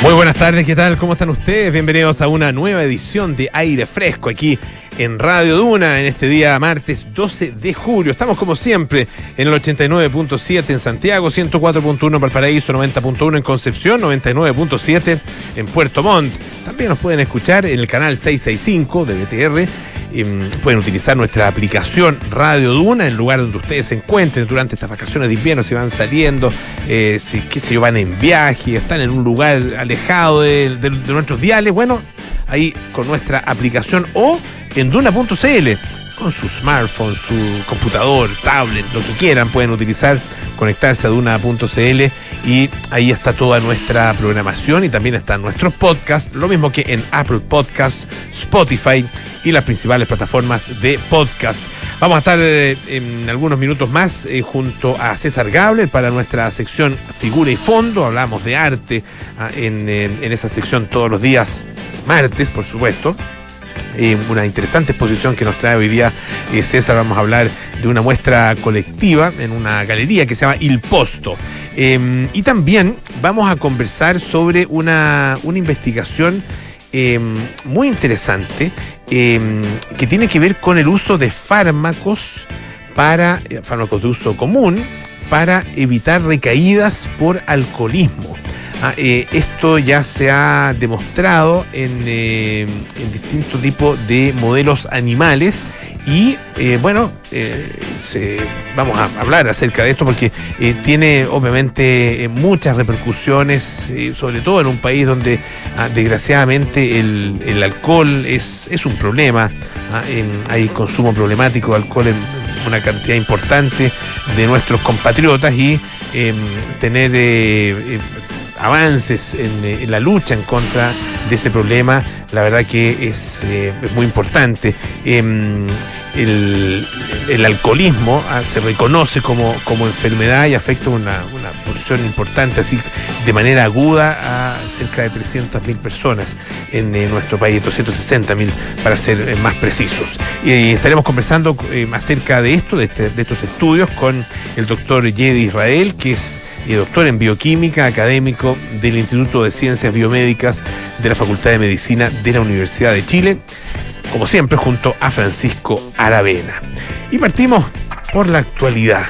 Muy buenas tardes, ¿qué tal? ¿Cómo están ustedes? Bienvenidos a una nueva edición de Aire Fresco aquí en Radio Duna en este día martes 12 de julio. Estamos como siempre en el 89.7 en Santiago, 104.1 en Valparaíso, 90.1 en Concepción, 99.7 en Puerto Montt. También nos pueden escuchar en el canal 665 de BTR. Pueden utilizar nuestra aplicación Radio Duna en el lugar donde ustedes se encuentren durante estas vacaciones de invierno, si van saliendo, si qué sé yo, van en viaje, están en un lugar alejado de nuestros diales. Bueno, ahí con nuestra aplicación o en duna.cl, con su smartphone, su computador, tablet, lo que quieran, pueden utilizar, conectarse a duna.cl y ahí está toda nuestra programación y también están nuestros podcasts, lo mismo que en Apple Podcast, Spotify y las principales plataformas de podcast. Vamos a estar en algunos minutos más junto a César Gabler para nuestra sección Figura y Fondo. Hablamos de arte en esa sección todos los días, martes, por supuesto. Una interesante exposición que nos trae hoy día César. Vamos a hablar de una muestra colectiva en una galería que se llama Il Posto. Y también vamos a conversar sobre una investigación muy interesante que tiene que ver con el uso de fármacos de uso común para evitar recaídas por alcoholismo. Esto ya se ha demostrado en distintos tipos de modelos animales y vamos a hablar acerca de esto porque tiene obviamente muchas repercusiones, sobre todo en un país donde desgraciadamente el alcohol es un problema. Hay consumo problemático de alcohol en una cantidad importante de nuestros compatriotas y tener avances en la lucha en contra de ese problema, la verdad que es muy importante. El alcoholismo se reconoce como enfermedad y afecta una porción importante, así de manera aguda, a cerca de 300.000 personas en nuestro país, 260.000 para ser más precisos. Y estaremos conversando acerca de esto, de estos estudios, con el doctor Yedi Israel, que es doctor en bioquímica, académico del Instituto de Ciencias Biomédicas de la Facultad de Medicina de la Universidad de Chile, como siempre junto a Francisco Aravena. Y partimos por la actualidad.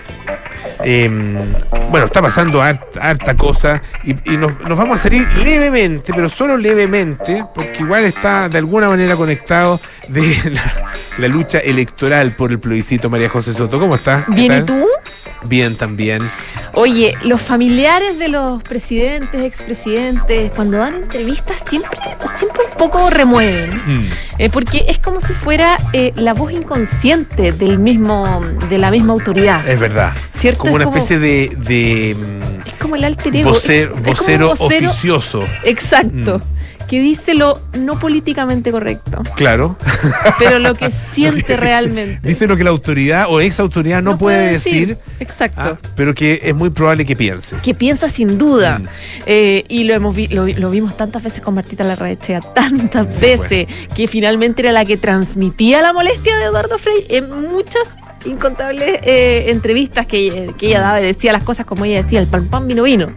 Está pasando harta cosa y nos vamos a salir levemente, pero solo levemente, porque igual está de alguna manera conectado de la lucha electoral por el plebiscito. María José Soto, ¿cómo estás? Bien, ¿y tú? Bien, también. Oye, los familiares de los presidentes, expresidentes, cuando dan entrevistas siempre un poco remueven, porque es como si fuera la voz inconsciente de la misma autoridad. Es verdad. ¿Cierto? Como una especie de es como el alter ego. Vocero oficioso. Exacto. Que dice lo no políticamente correcto. Claro. Pero lo que siente realmente. Dice lo que la autoridad o ex autoridad no puede decir. Exacto. Pero que es muy probable que piense. Que piensa sin duda. Y lo vimos tantas veces con Martita Larraechea, tantas veces, que finalmente era la que transmitía la molestia de Eduardo Frei en muchas incontables entrevistas que ella daba y decía las cosas como ella decía, el pan pan vino vino.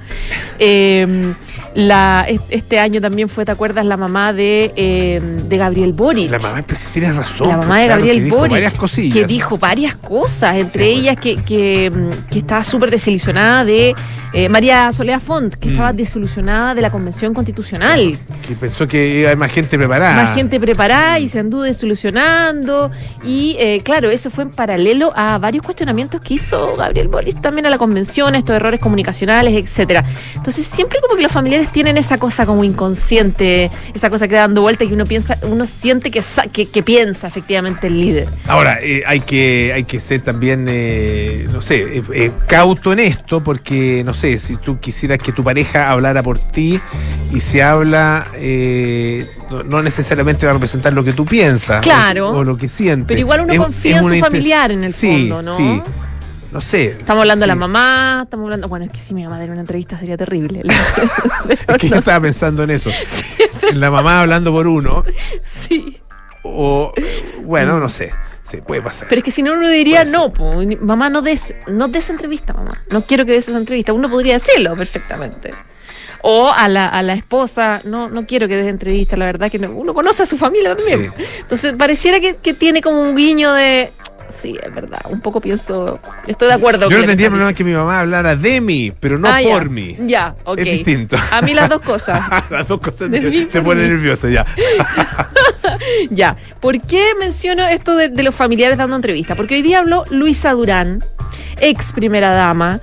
Este año también fue, ¿te acuerdas? La mamá de Gabriel Boric. La mamá, pero sí tienes razón. La mamá de Gabriel Boric, que dijo varias cosas, entre ellas que estaba súper desilusionada de María Soledad Font, que estaba desilusionada de la Convención Constitucional. Que pensó que iba a haber más gente preparada. Más gente preparada y se anduvo desilusionando. Y claro, eso fue en paralelo a varios cuestionamientos que hizo Gabriel Boric también a la convención, estos errores comunicacionales, etcétera. Entonces siempre como que los familiares tienen esa cosa como inconsciente, esa cosa que da dando vuelta y que uno siente que piensa efectivamente el líder. Ahora, hay que ser también, cauto en esto, porque, no sé, si tú quisieras que tu pareja hablara por ti y se habla, no necesariamente va a representar lo que tú piensas. Claro. O lo que sientes. Pero igual uno confía en su familiar en el fondo, ¿no? Sí. No sé. Estamos hablando de la mamá, bueno, es que si mi mamá diera una entrevista sería terrible. Es que yo estaba pensando en eso. Sí, en la mamá hablando por uno. Sí. O, bueno, no sé. Sí, puede pasar. Pero es que si no, uno diría, no, mamá, no des entrevista, mamá. No quiero que des esa entrevista. Uno podría decirlo perfectamente. O a la esposa, no quiero que des entrevista, la verdad que uno conoce a su familia también. Sí. Entonces pareciera que tiene como un guiño de... Sí, es verdad, un poco pienso, estoy de acuerdo. Yo no tendría problema que mi mamá hablara de mí, pero no por mí. Ya, ok. Es distinto. A mí las dos cosas. Las dos cosas te ponen nerviosa, ya. Ya, ¿por qué menciono esto de los familiares dando entrevistas? Porque hoy día habló Luisa Durán, ex primera dama,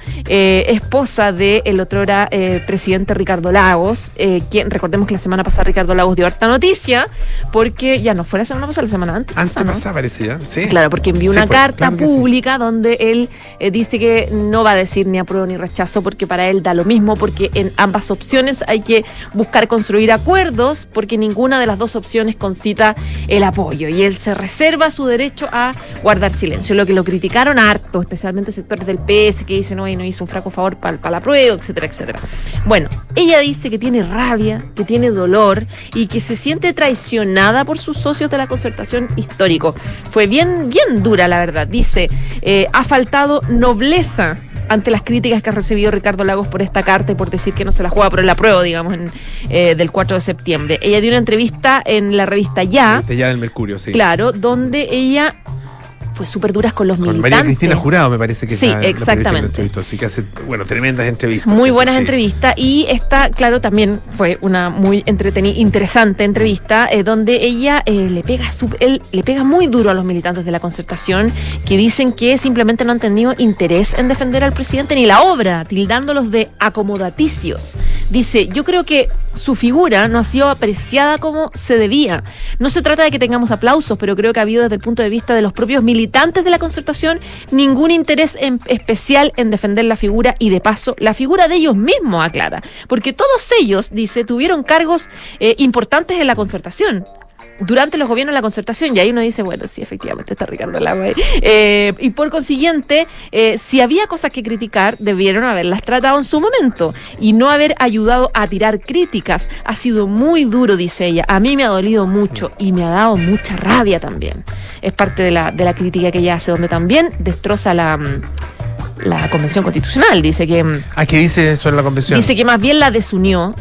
esposa del otrora presidente Ricardo Lagos, quien, recordemos que la semana pasada Ricardo Lagos dio harta noticia, porque ya no fue la semana pasada, la semana antes. Antes pasada, parece ya, sí. Claro, porque envió una carta pública donde él dice que no va a decir ni apruebo ni rechazo, porque para él da lo mismo, porque en ambas opciones hay que buscar construir acuerdos, porque ninguna de las dos opciones concita el apoyo, y él se reserva su derecho a guardar silencio, lo que lo criticaron harto, especialmente sectores del PS que dicen, no hizo un flaco favor para la prueba, etcétera, etcétera. Bueno, ella dice que tiene rabia, que tiene dolor y que se siente traicionada por sus socios de la Concertación Histórico. Fue bien dura, la verdad. Dice, ha faltado nobleza ante las críticas que ha recibido Ricardo Lagos por esta carta y por decir que no se la juega por el apruebo, digamos, del 4 de septiembre. Ella dio una entrevista en la revista Ya. Ya del Mercurio, sí. Claro, donde ella fue súper duras con los militantes. María Cristina Jurado, me parece que sí, exactamente. Así que hace, tremendas entrevistas. Muy buenas entrevistas. Y esta, claro, también fue una muy interesante entrevista, donde ella le pega muy duro a los militantes de la Concertación, que dicen que simplemente no han tenido interés en defender al presidente ni la obra, tildándolos de acomodaticios. Dice, yo creo que su figura no ha sido apreciada como se debía. No se trata de que tengamos aplausos, pero creo que ha habido desde el punto de vista de los propios militantes de la Concertación ningún interés especial en defender la figura, y de paso la figura de ellos mismos, aclara, porque todos ellos, dice, tuvieron cargos importantes en la Concertación durante los gobiernos de la Concertación, y ahí uno dice, bueno, sí, efectivamente está Ricardo Lagos ahí. Y por consiguiente, si había cosas que criticar, debieron haberlas tratado en su momento y no haber ayudado a tirar críticas. Ha sido muy duro, dice ella. A mí me ha dolido mucho y me ha dado mucha rabia también. Es parte de la crítica que ella hace, donde también destroza la Convención Constitucional. Dice que... ¿qué dice eso en la Convención? Dice que más bien la desunió.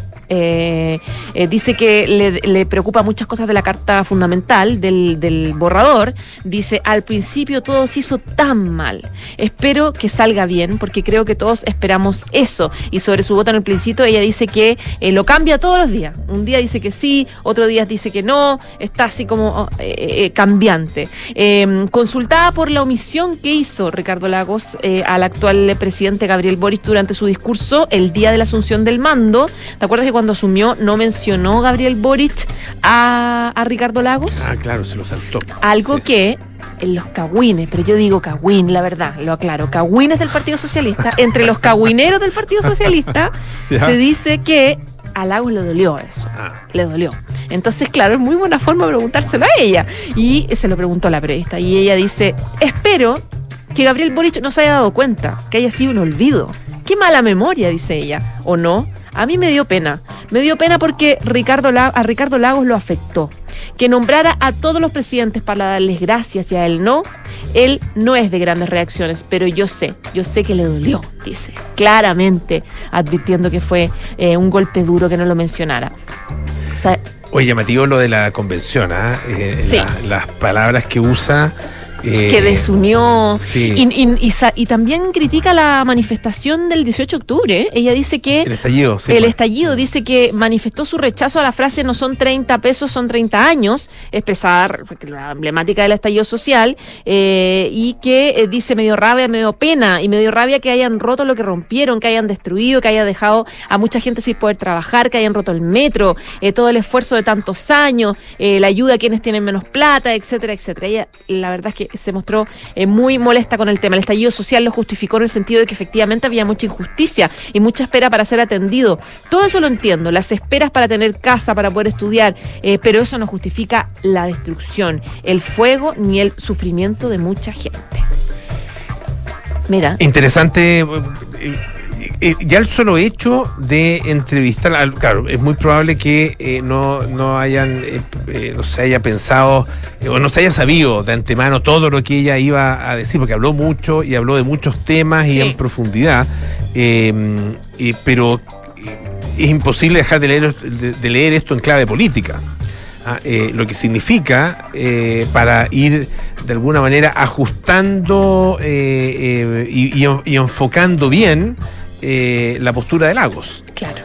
Dice que le preocupa muchas cosas de la Carta Fundamental, del borrador. Dice, al principio todo se hizo tan mal. Espero que salga bien, porque creo que todos esperamos eso. Y sobre su voto en el plebiscito, ella dice que lo cambia todos los días. Un día dice que sí, otro día dice que no. Está así como cambiante. Consultada por la omisión que hizo Ricardo Lagos al actual presidente Gabriel Boric durante su discurso el día de la asunción del mando. ¿Te acuerdas que cuando asumió no mencionó Gabriel Boric a Ricardo Lagos? Claro, se lo saltó. Algo que en los cagüines, pero yo digo cagüín, la verdad, lo aclaro, cagüines del Partido Socialista, entre los cagüineros del Partido Socialista, se dice que a Lagos le dolió eso, le dolió. Entonces, claro, es muy buena forma de preguntárselo a ella. Y se lo preguntó a la periodista, y ella dice, espero que Gabriel Boric no se haya dado cuenta, que haya sido un olvido. Qué mala memoria, dice ella, ¿o no? A mí me dio pena porque a Ricardo Lagos lo afectó. Que nombrara a todos los presidentes para darles gracias y a él no es de grandes reacciones, pero yo sé que le dolió, dice, claramente advirtiendo que fue un golpe duro que no lo mencionara. O sea, oye, llamativo lo de la convención, sí. Las palabras que usa... que desunió, sí. y también critica la manifestación del 18 de octubre. Ella dice que... El estallido, sí. El estallido, dice que manifestó su rechazo a la frase no son 30 pesos, son 30 años, expresar la emblemática del estallido social, y que dice me dio rabia que hayan roto lo que rompieron, que hayan destruido, que hayan dejado a mucha gente sin poder trabajar, que hayan roto el metro, todo el esfuerzo de tantos años, la ayuda a quienes tienen menos plata, etcétera, etcétera. Ella, la verdad es que se mostró muy molesta con el tema. El estallido social lo justificó en el sentido de que efectivamente había mucha injusticia y mucha espera para ser atendido. Todo eso lo entiendo, las esperas para tener casa, para poder estudiar, pero eso no justifica la destrucción, el fuego ni el sufrimiento de mucha gente. Mira. Interesante. Ya el solo hecho de entrevistar, claro, es muy probable que no se haya pensado o no se haya sabido de antemano todo lo que ella iba a decir, porque habló mucho y habló de muchos temas y en profundidad, pero es imposible dejar de leer esto en clave política. Lo que significa para ir de alguna manera ajustando y enfocando bien la postura de Lagos. Claro.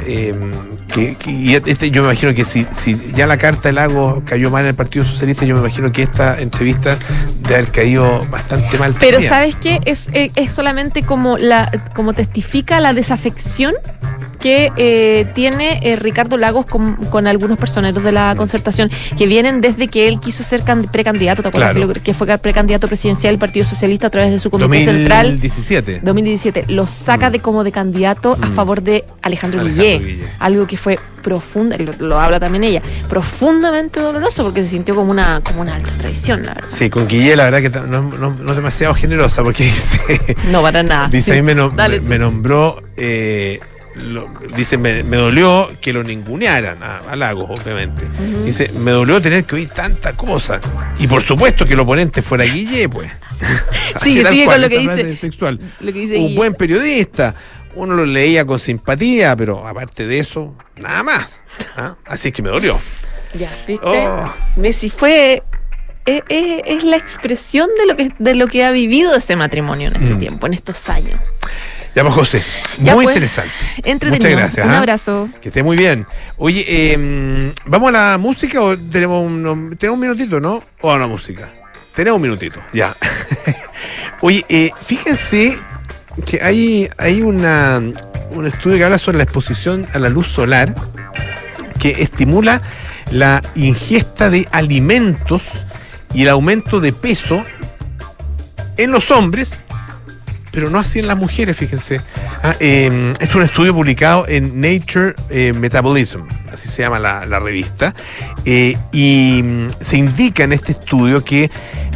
Yo me imagino que si ya la carta de Lagos cayó mal en el Partido Socialista, yo me imagino que esta entrevista debe haber caído bastante mal. Pero también. ¿Sabes qué? Es solamente como testifica la desafección que tiene Ricardo Lagos con algunos personeros de la Concertación, que vienen desde que él quiso ser precandidato. ¿Te acuerdas? Claro. Que fue precandidato presidencial del Partido Socialista a través de su comité central 2017. Lo saca de candidato a favor de Alejandro Guillé, algo que fue profunda, lo habla también ella, profundamente doloroso, porque se sintió como una alta traición, la verdad. Sí, con Guillé la verdad que no es demasiado generosa, porque dice... No, para nada. Dice, sí. A mí me nombró... dice, me dolió que lo ningunearan a Lagos, obviamente. Dice, me dolió tener que oír tanta cosa. Y por supuesto que el oponente fuera Guillé, pues. Sigue con lo que dice. Textual. Lo que dice un buen periodista. Uno lo leía con simpatía, pero aparte de eso, nada más. Así es que me dolió. Ya, ¿viste? Messi fue... Es la expresión de lo que ha vivido este matrimonio en este tiempo, en estos años. Ya pues, José, muy interesante. Entretenido. Muchas gracias. Un abrazo. Que esté muy bien. Oye, ¿vamos a la música o tenemos un minutito, no? ¿O a la música? Tenemos un minutito, ya. Oye, fíjense que hay un estudio que habla sobre la exposición a la luz solar que estimula la ingesta de alimentos y el aumento de peso en los hombres, pero no así en las mujeres, fíjense. Este es un estudio publicado en Nature Metabolism, así se llama la revista, y se indica en este estudio que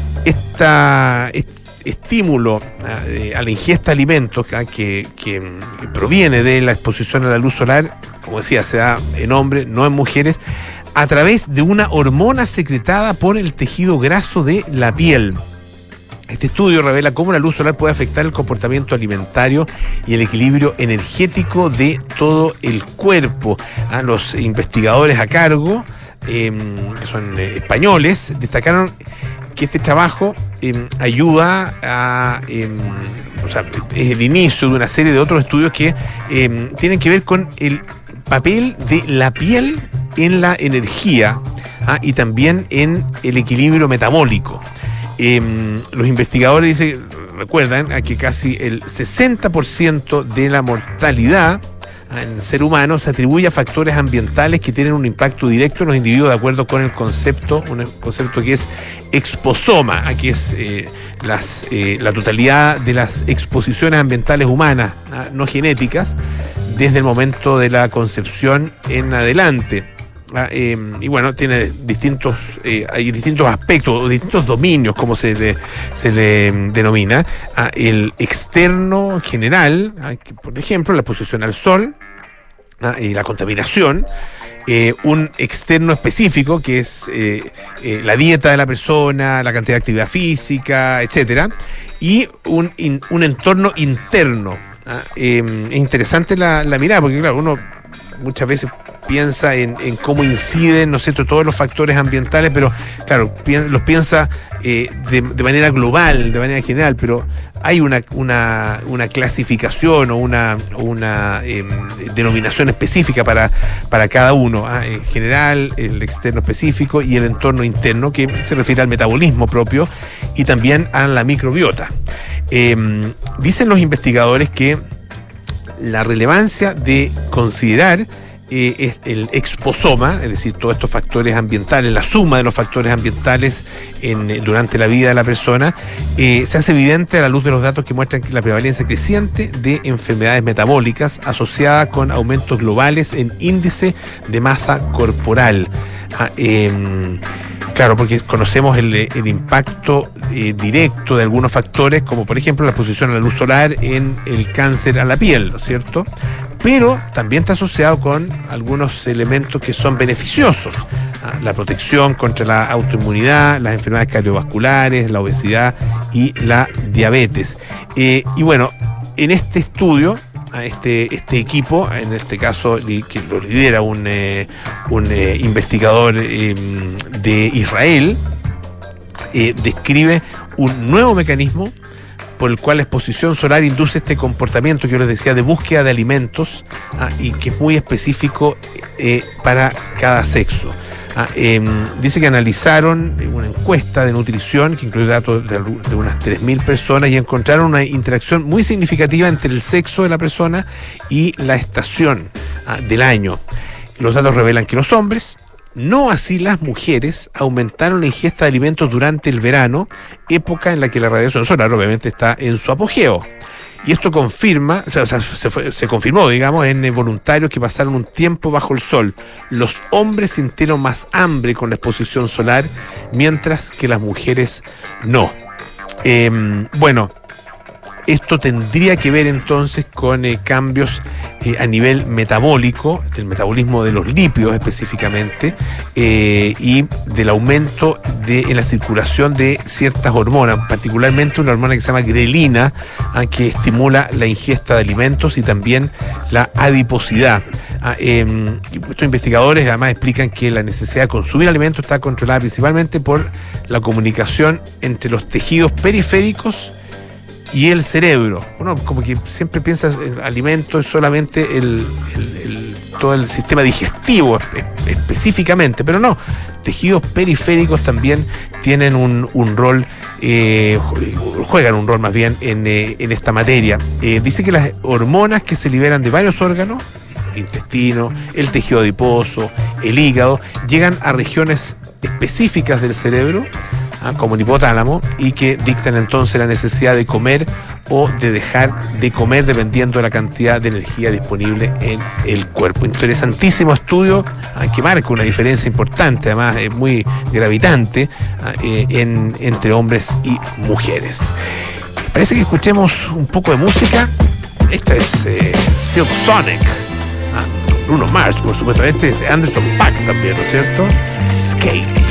este estímulo a la ingesta de alimentos que proviene de la exposición a la luz solar, como decía, se da en hombres, no en mujeres, a través de una hormona secretada por el tejido graso de la piel. Este estudio revela cómo la luz solar puede afectar el comportamiento alimentario y el equilibrio energético de todo el cuerpo. Los investigadores a cargo, que son españoles, destacaron que este trabajo ayuda a... o sea, es el inicio de una serie de otros estudios que tienen que ver con el papel de la piel en la energía y también en el equilibrio metabólico. Los investigadores recuerdan a que casi el 60% de la mortalidad en el ser humano se atribuye a factores ambientales que tienen un impacto directo en los individuos, de acuerdo con un concepto que es exposoma, aquí es la totalidad de las exposiciones ambientales humanas, no genéticas, desde el momento de la concepción en adelante. Y bueno, tiene hay distintos aspectos, distintos dominios, como se le denomina. El externo general, por ejemplo, la exposición al sol, y la contaminación. Un externo específico, que es la dieta de la persona, la cantidad de actividad física, etcétera, y un entorno interno. Es interesante la mirada, porque claro, uno muchas veces piensa en cómo inciden, ¿no es cierto?, todos los factores ambientales, pero claro, los piensa de manera global, de manera general, pero hay una clasificación o una denominación específica para cada uno, en general, el externo específico y el entorno interno, que se refiere al metabolismo propio y también a la microbiota. Dicen los investigadores que la relevancia de considerar es el exposoma, es decir, todos estos factores ambientales, la suma de los factores ambientales durante la vida de la persona, se hace evidente a la luz de los datos que muestran que la prevalencia creciente de enfermedades metabólicas asociada con aumentos globales en índice de masa corporal. Claro, porque conocemos el impacto directo de algunos factores, como por ejemplo la exposición a la luz solar en el cáncer a la piel, ¿no es cierto? Pero también está asociado con algunos elementos que son beneficiosos. La protección contra la autoinmunidad, las enfermedades cardiovasculares, la obesidad y la diabetes. Y bueno, en este estudio a este equipo, en este caso que lo lidera un investigador de Israel, describe un nuevo mecanismo por el cual la exposición solar induce este comportamiento que yo les decía de búsqueda de alimentos, y que es muy específico para cada sexo. Dice que analizaron una encuesta de nutrición que incluye datos de unas 3.000 personas y encontraron una interacción muy significativa entre el sexo de la persona y la estación del año. Los datos revelan que los hombres, no así las mujeres, aumentaron la ingesta de alimentos durante el verano, época en la que la radiación solar obviamente está en su apogeo. Y esto confirma, se confirmó, digamos, en voluntarios que pasaron un tiempo bajo el sol. Los hombres sintieron más hambre con la exposición solar, mientras que las mujeres no. Bueno, esto tendría que ver entonces con cambios a nivel metabólico, del metabolismo de los lípidos específicamente, y del aumento en la circulación de ciertas hormonas, particularmente una hormona que se llama grelina, que estimula la ingesta de alimentos y también la adiposidad. Estos investigadores además explican que la necesidad de consumir alimentos está controlada principalmente por la comunicación entre los tejidos periféricos y el cerebro. Uno como que siempre piensa en alimentos solamente todo el sistema digestivo específicamente, pero no, tejidos periféricos también tienen un rol, juegan un rol más bien en esta materia. Dice que las hormonas que se liberan de varios órganos, el intestino, el tejido adiposo, el hígado, llegan a regiones específicas del cerebro, como el hipotálamo, y que dictan entonces la necesidad de comer o de dejar de comer dependiendo de la cantidad de energía disponible en el cuerpo. Interesantísimo estudio que marca una diferencia importante, además muy gravitante, entre hombres y mujeres. Parece que escuchemos un poco de música. Esta es Silk Sonic, Bruno Mars, por supuesto. Este es Anderson .Paak también, ¿no es cierto? Skate.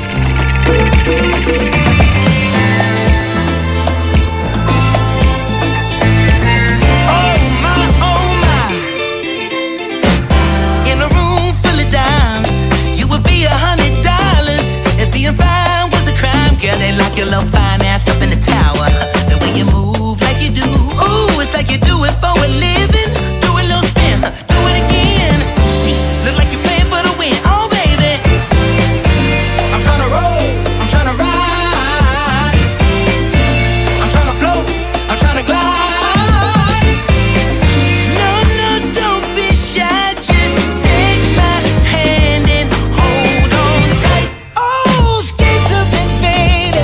Your little fine ass up in the tower. The way you move like you do, ooh, it's like you do it for a living. Do a little spin, do it again. Look like you playing for the win, oh baby. I'm tryna roll, I'm tryna ride, I'm tryna float, I'm tryna glide. No, no, don't be shy, just take my hand and hold on tight. Oh, skate to the baby.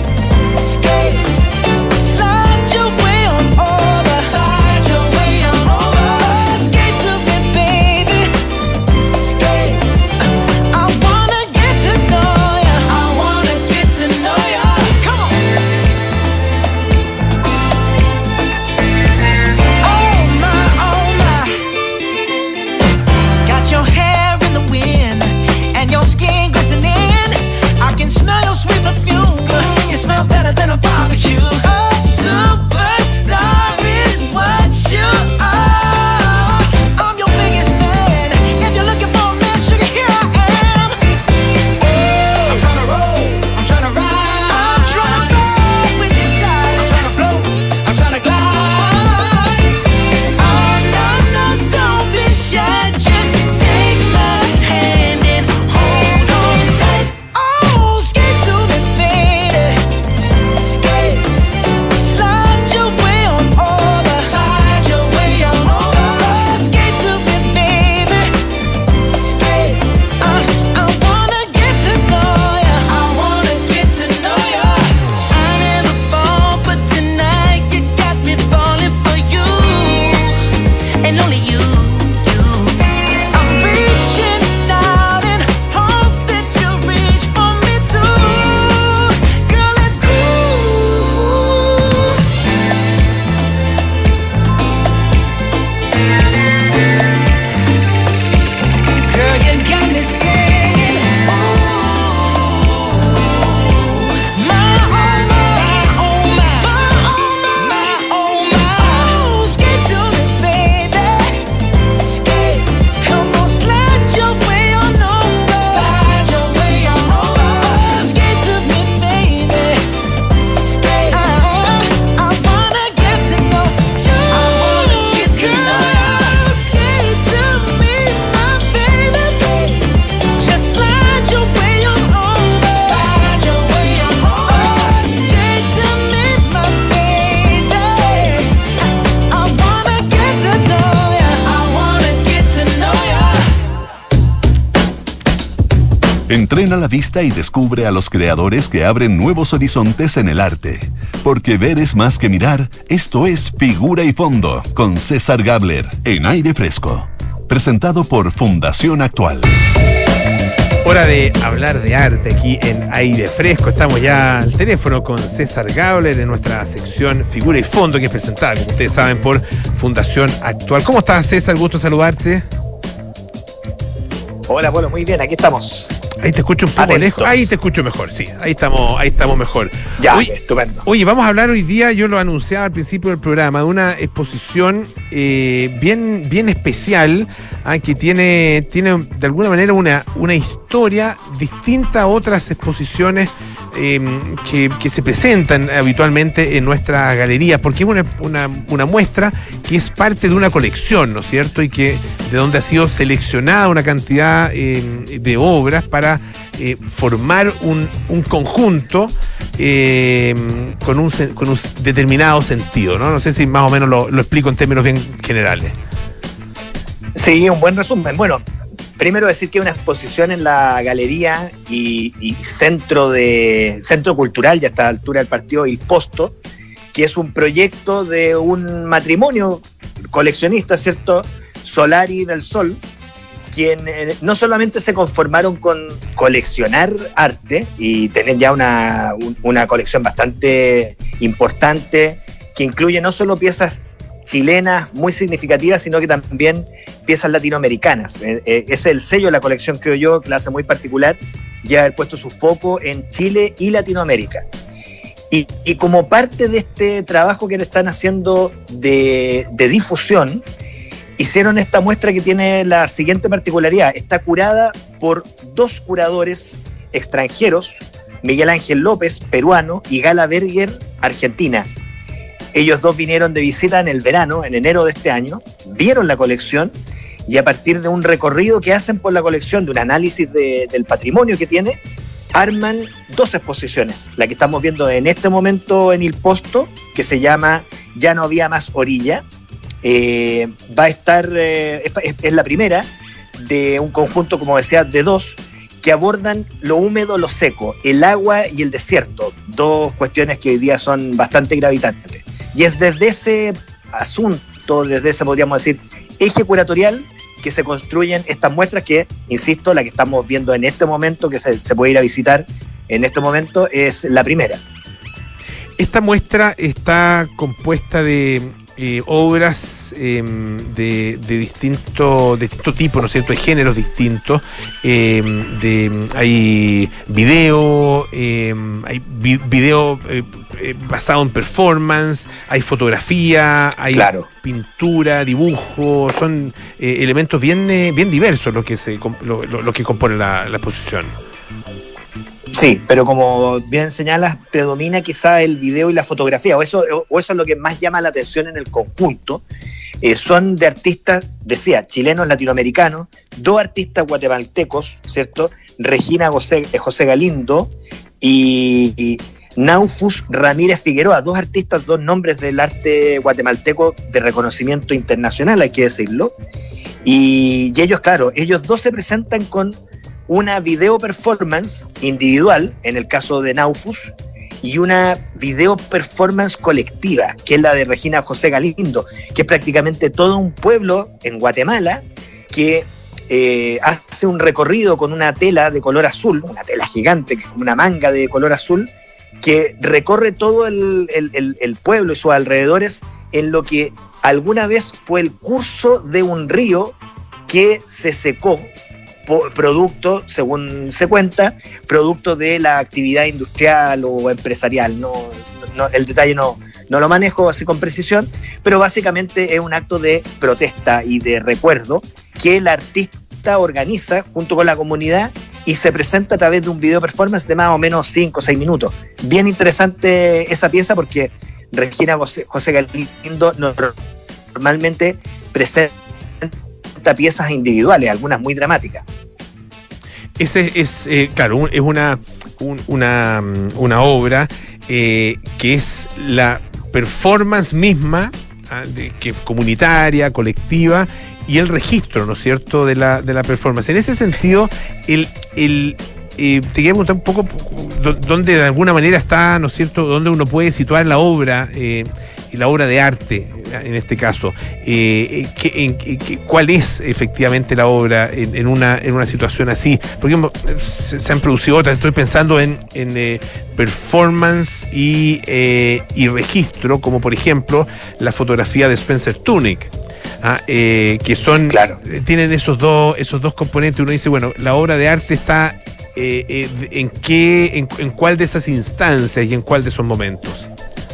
Slide your way on over. Slide your way on over. Skate to me, baby. Skate. I wanna get to know ya. I wanna get to know ya. Come on. Oh my, oh my. Got your hair in the wind and your skin glistening. I can smell your sweet perfume. You smell better than a barbecue. A superstar is what you are. I'm your biggest fan. If you're looking for a man, sugar, here I am. I'm tryna roll, I'm tryna ride, I'm tryna roll with you, darling. I'm tryna float, I'm tryna glide. Oh no, no, don't be shy. Just take my hand and hold on tight. Oh, skate to me, baby. Skate. Slide your way on over. Slide your way on over. Skate to me, baby. Skate. I wanna get to know ya. I wanna get to know ya. I never fall, but tonight you got me falling for you, and only you. I'm reaching out in hopes that you reach for me too. Girl, let's groove. Girl, you got me singing. My oh my, my oh my, my oh my. Skate to me, baby. Entrena la vista y descubre a los creadores que abren nuevos horizontes en el arte. Porque ver es más que mirar. Esto es Figura y Fondo con César Gabler en Aire Fresco. Presentado por Fundación Actual. Hora de hablar de arte aquí en Aire Fresco. Estamos ya al teléfono con César Gabler en nuestra sección Figura y Fondo, que es presentada, como ustedes saben, por Fundación Actual. ¿Cómo estás, César? Gusto saludarte. Hola, Polo, muy bien, aquí estamos. Ahí te escucho un poco Atentos. lejos. Ahí te escucho mejor, sí. Ahí estamos mejor. Ya, estupendo. Oye, vamos a hablar hoy día, yo lo anunciaba al principio del programa, de una exposición bien especial, que tiene de alguna manera una historia distinta a otras exposiciones que se presentan habitualmente en nuestras galerías, porque es una muestra que es parte de una colección, ¿no es cierto? Y que de donde ha sido seleccionada una cantidad de obras para formar un conjunto con un determinado sentido, ¿no? No sé si más o menos lo explico en términos bien generales. Sí, un buen resumen. Bueno, primero decir que hay una exposición en la galería y centro cultural, ya a esta altura del partido Il Posto, que es un proyecto de un matrimonio coleccionista, ¿cierto? Solari del Sol, quien no solamente se conformaron con coleccionar arte y tener ya una colección bastante importante, que incluye no solo piezas chilenas muy significativas, sino que también piezas latinoamericanas. Ese es el sello de la colección, creo yo, que la hace muy particular, ya haber puesto su foco en Chile y Latinoamérica. Y como parte de este trabajo que le están haciendo de difusión, hicieron esta muestra que tiene la siguiente particularidad. Está curada por 2 curadores extranjeros, Miguel Ángel López, peruano, y Gala Berger, argentina. Ellos 2 vinieron de visita en el verano, en enero de este año, vieron la colección y a partir de un recorrido que hacen por la colección, de un análisis del patrimonio que tiene, arman 2 exposiciones. La que estamos viendo en este momento en Il Posto, que se llama Ya no había más orilla. Va a estar, es la primera de un conjunto, como decía, de 2 que abordan lo húmedo, lo seco, el agua y el desierto, 2 cuestiones que hoy día son bastante gravitantes. Y es desde ese asunto, desde ese, podríamos decir, eje curatorial, que se construyen estas muestras que, insisto, la que estamos viendo en este momento, que se puede ir a visitar en este momento, es la primera. Esta muestra está compuesta de obras de distinto tipo, ¿no es cierto?, de géneros distintos. Hay video, basado en performance, hay fotografía, hay pintura, dibujo, son elementos bien diversos los que componen la exposición. Sí, pero como bien señalas, predomina quizá el video y la fotografía, o eso es lo que más llama la atención en el conjunto. Son de artistas, decía, chilenos, latinoamericanos, 2 artistas guatemaltecos, ¿cierto? Regina José Galindo y Naufus Ramírez Figueroa, 2 artistas, 2 nombres del arte guatemalteco de reconocimiento internacional, hay que decirlo. Y ellos, claro, ellos 2 se presentan con una video performance individual, en el caso de Naufus, y una video performance colectiva, que es la de Regina José Galindo, que es prácticamente todo un pueblo en Guatemala que hace un recorrido con una tela de color azul, una tela gigante, que es como una manga de color azul, que recorre todo el pueblo y sus alrededores en lo que alguna vez fue el curso de un río que se secó, producto, según se cuenta, producto de la actividad industrial o empresarial. No, el detalle no lo manejo así con precisión, pero básicamente es un acto de protesta y de recuerdo que el artista organiza junto con la comunidad y se presenta a través de un video performance de más o menos 5 o 6 minutos. Bien interesante esa pieza porque Regina José Galindo normalmente presenta piezas individuales, algunas muy dramáticas. Ese es, claro, es una obra que es la performance misma, que comunitaria, colectiva, y el registro, ¿no es cierto?, de la performance. En ese sentido, te quería preguntar un poco dónde de alguna manera está, ¿no es cierto?, dónde uno puede situar la obra, la obra de arte, en este caso. ¿Cuál es efectivamente la obra en una situación así? Porque se han producido otras, estoy pensando en performance y registro, como por ejemplo la fotografía de Spencer Tunick. Que son, claro, tienen esos dos componentes. Uno dice, bueno, la obra de arte está en cuál de esas instancias y en cuál de esos momentos.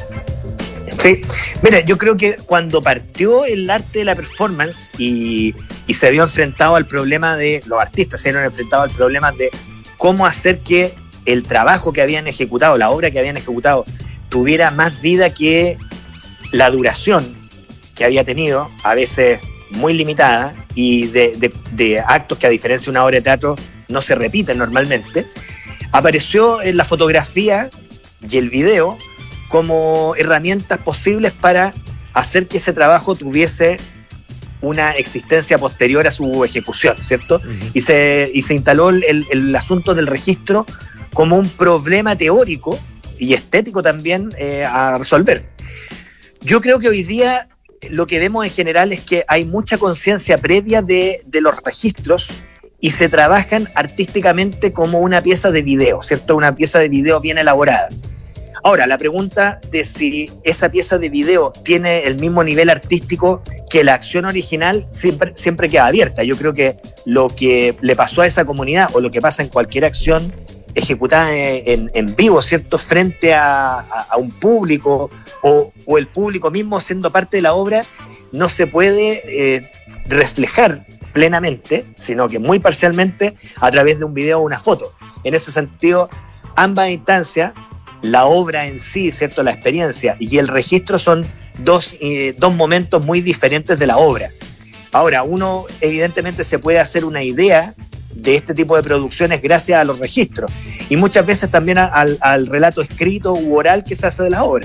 Sí, mira, yo creo que cuando partió el arte de la performance y se vio enfrentado al problema de los artistas, se vieron enfrentados al problema de cómo hacer que el trabajo que habían ejecutado, la obra que habían ejecutado, tuviera más vida que la duración que había tenido, a veces muy limitada, y de actos que, a diferencia de una obra de teatro, no se repiten normalmente, apareció en la fotografía y el video como herramientas posibles para hacer que ese trabajo tuviese una existencia posterior a su ejecución, ¿cierto? Uh-huh. Y se instaló el asunto del registro como un problema teórico y estético también a resolver. Yo creo que hoy día lo que vemos en general es que hay mucha conciencia previa de los registros y se trabajan artísticamente como una pieza de video, ¿cierto? Una pieza de video bien elaborada. Ahora, la pregunta de si esa pieza de video tiene el mismo nivel artístico que la acción original siempre queda abierta. Yo creo que lo que le pasó a esa comunidad, o lo que pasa en cualquier acción ejecutada en vivo, ¿cierto?, frente a un público, o el público mismo siendo parte de la obra, no se puede reflejar plenamente, sino que muy parcialmente a través de un video o una foto. En ese sentido, ambas instancias, la obra en sí, ¿cierto?, la experiencia y el registro, son dos momentos muy diferentes de la obra. Ahora, uno evidentemente se puede hacer una idea de este tipo de producciones gracias a los registros, y muchas veces también al relato escrito u oral que se hace de las obras.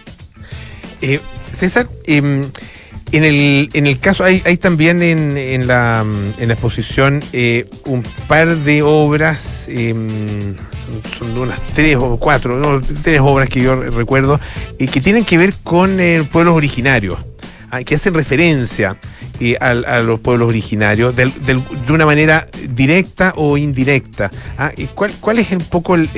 César, en el caso hay también en la exposición un par de obras, son unas 3 o 4, ¿no? 3 obras que yo recuerdo, que tienen que ver con pueblos originarios, que hacen referencia a los pueblos originarios de una manera directa o indirecta. ¿Cuál es un poco el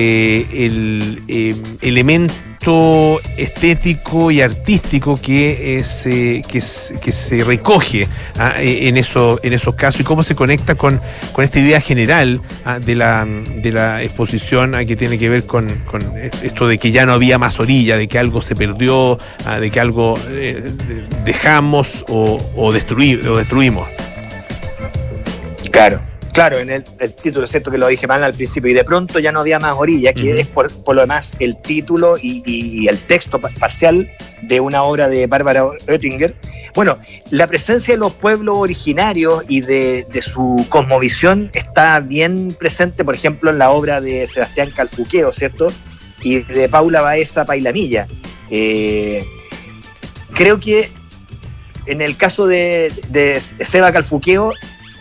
elemento estético y artístico que se recoge en esos casos, y cómo se conecta con esta idea general de la exposición, que tiene que ver con esto de que ya no había más orilla, de que algo se perdió, de que algo dejamos o destruimos? Claro, en el título, es cierto que lo dije mal al principio, y de pronto ya no había más orilla, que es por lo demás el título y el texto parcial de una obra de Bárbara Oettinger. Bueno, la presencia de los pueblos originarios y de su cosmovisión está bien presente, por ejemplo, en la obra de Sebastián Calfuqueo, ¿cierto?, y de Paula Baeza Pailamilla. Creo que en el caso de Seba Calfuqueo,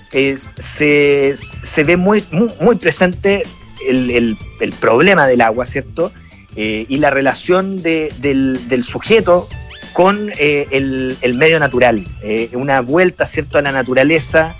se ve muy presente el problema del agua, ¿cierto? Y la relación del sujeto con el medio natural, una vuelta, ¿cierto?, a la naturaleza,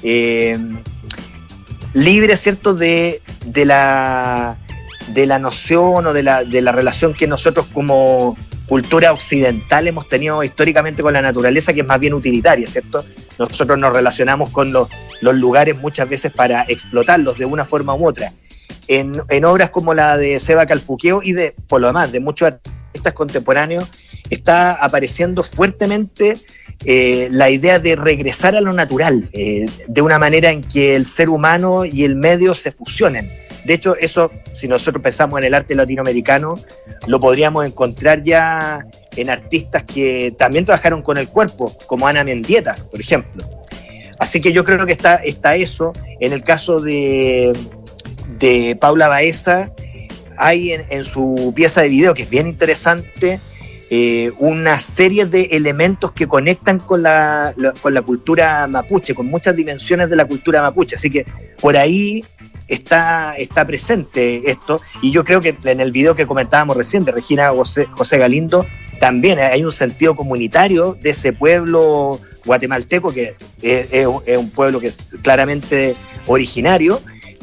libre, ¿cierto?, de la noción o de la relación que nosotros como cultura occidental hemos tenido históricamente con la naturaleza, que es más bien utilitaria, ¿cierto? Nosotros nos relacionamos con los lugares muchas veces para explotarlos de una forma u otra. En obras como la de Seba Calfuqueo y por lo demás, de muchos artistas contemporáneos, está apareciendo fuertemente la idea de regresar a lo natural, de una manera en que el ser humano y el medio se fusionen. De hecho, eso, si nosotros pensamos en el arte latinoamericano, lo podríamos encontrar ya en artistas que también trabajaron con el cuerpo, como Ana Mendieta, por ejemplo. Así que yo creo que está eso. En el caso de Paula Baeza, hay en su pieza de video, que es bien interesante, una serie de elementos que conectan con la cultura mapuche, con muchas dimensiones de la cultura mapuche. Así que por ahí está presente esto, y yo creo que en el video que comentábamos recién de Regina José Galindo, también hay un sentido comunitario de ese pueblo guatemalteco, que es un pueblo que es claramente originario,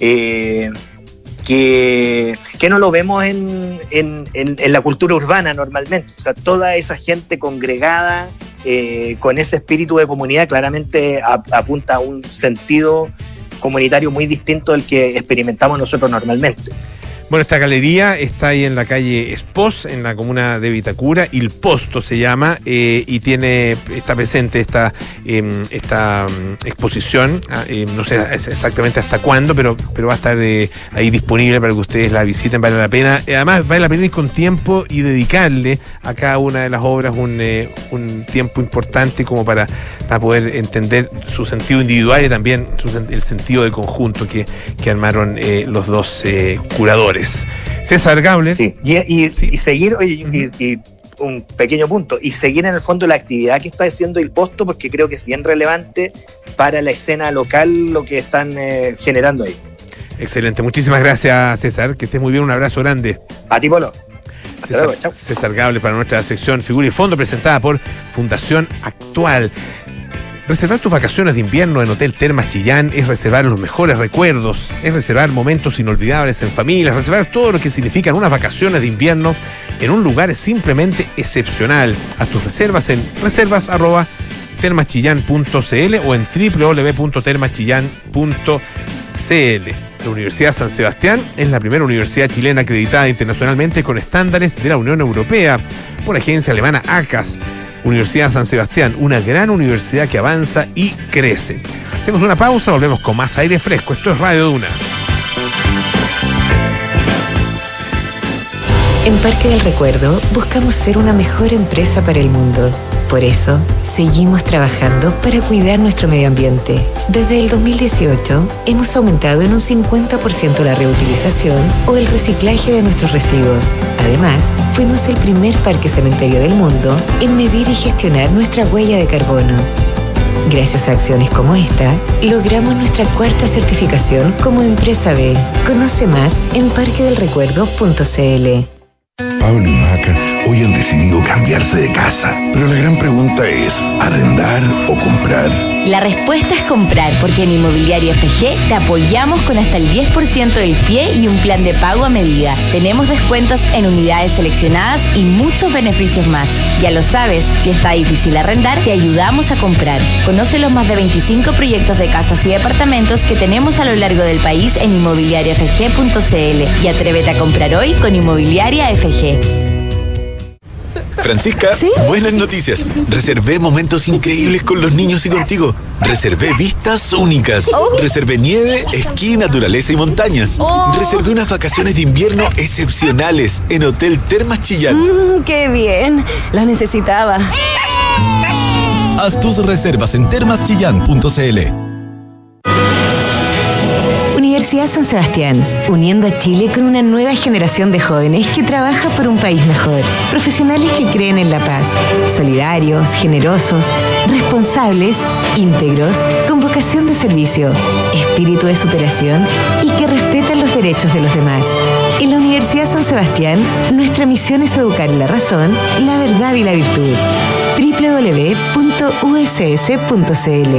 que no lo vemos en la cultura urbana normalmente. O sea, toda esa gente congregada con ese espíritu de comunidad claramente apunta a un sentido comunitario muy distinto del que experimentamos nosotros normalmente. Bueno, esta galería está ahí en la calle Espós, en la comuna de Vitacura, Il Posto se llama, y está presente esta exposición, no sé exactamente hasta cuándo, pero va a estar ahí disponible para que ustedes la visiten, vale la pena. Además, vale la pena ir con tiempo y dedicarle a cada una de las obras un tiempo importante como para poder entender su sentido individual y también el sentido de conjunto que armaron los dos curadores. César Gabler. Sí, y seguir, y un pequeño punto, y seguir en el fondo la actividad que está haciendo Il Posto, porque creo que es bien relevante para la escena local lo que están generando ahí. Excelente, muchísimas gracias, César, que estés muy bien, un abrazo grande. A ti, Polo. César Gabler para nuestra sección Figura y Fondo, presentada por Fundación Actual. Reservar tus vacaciones de invierno en Hotel Termas Chillán es reservar los mejores recuerdos, es reservar momentos inolvidables en familia, es reservar todo lo que significan unas vacaciones de invierno en un lugar simplemente excepcional. Haz tus reservas en reservas@termaschillán.cl o en www.termaschillán.cl. La Universidad San Sebastián es la primera universidad chilena acreditada internacionalmente con estándares de la Unión Europea por la agencia alemana ACAS. Universidad San Sebastián, una gran universidad que avanza y crece. Hacemos una pausa, volvemos con más aire fresco. Esto es Radio Duna. En Parque del Recuerdo buscamos ser una mejor empresa para el mundo. Por eso, seguimos trabajando para cuidar nuestro medio ambiente. Desde el 2018, hemos aumentado en un 50% la reutilización o el reciclaje de nuestros residuos. Además, fuimos el primer parque cementerio del mundo en medir y gestionar nuestra huella de carbono. Gracias a acciones como esta, logramos nuestra 4ª certificación como Empresa B. Conoce más en parquedelrecuerdo.cl. Pablo y Maca hoy han decidido cambiarse de casa. Pero la gran pregunta es, ¿arrendar o comprar? La respuesta es comprar, porque en Inmobiliaria FG te apoyamos con hasta el 10% del pie y un plan de pago a medida. Tenemos descuentos en unidades seleccionadas y muchos beneficios más. Ya lo sabes, si está difícil arrendar, te ayudamos a comprar. Conoce los más de 25 proyectos de casas y departamentos que tenemos a lo largo del país en inmobiliariafg.cl y atrévete a comprar hoy con Inmobiliaria FG. Francisca, ¿sí? Buenas noticias. Reservé momentos increíbles con los niños y contigo. Reservé vistas únicas. Reservé nieve, esquí, naturaleza y montañas. Reservé unas vacaciones de invierno excepcionales en Hotel Termas Chillán. ¡Qué bien! Lo necesitaba. Haz tus reservas en termaschillán.cl. Universidad San Sebastián, uniendo a Chile con una nueva generación de jóvenes que trabaja por un país mejor. Profesionales que creen en la paz, solidarios, generosos, responsables, íntegros, con vocación de servicio, espíritu de superación y que respetan los derechos de los demás. En la Universidad San Sebastián, nuestra misión es educar en la razón, la verdad y la virtud. www.uss.cl.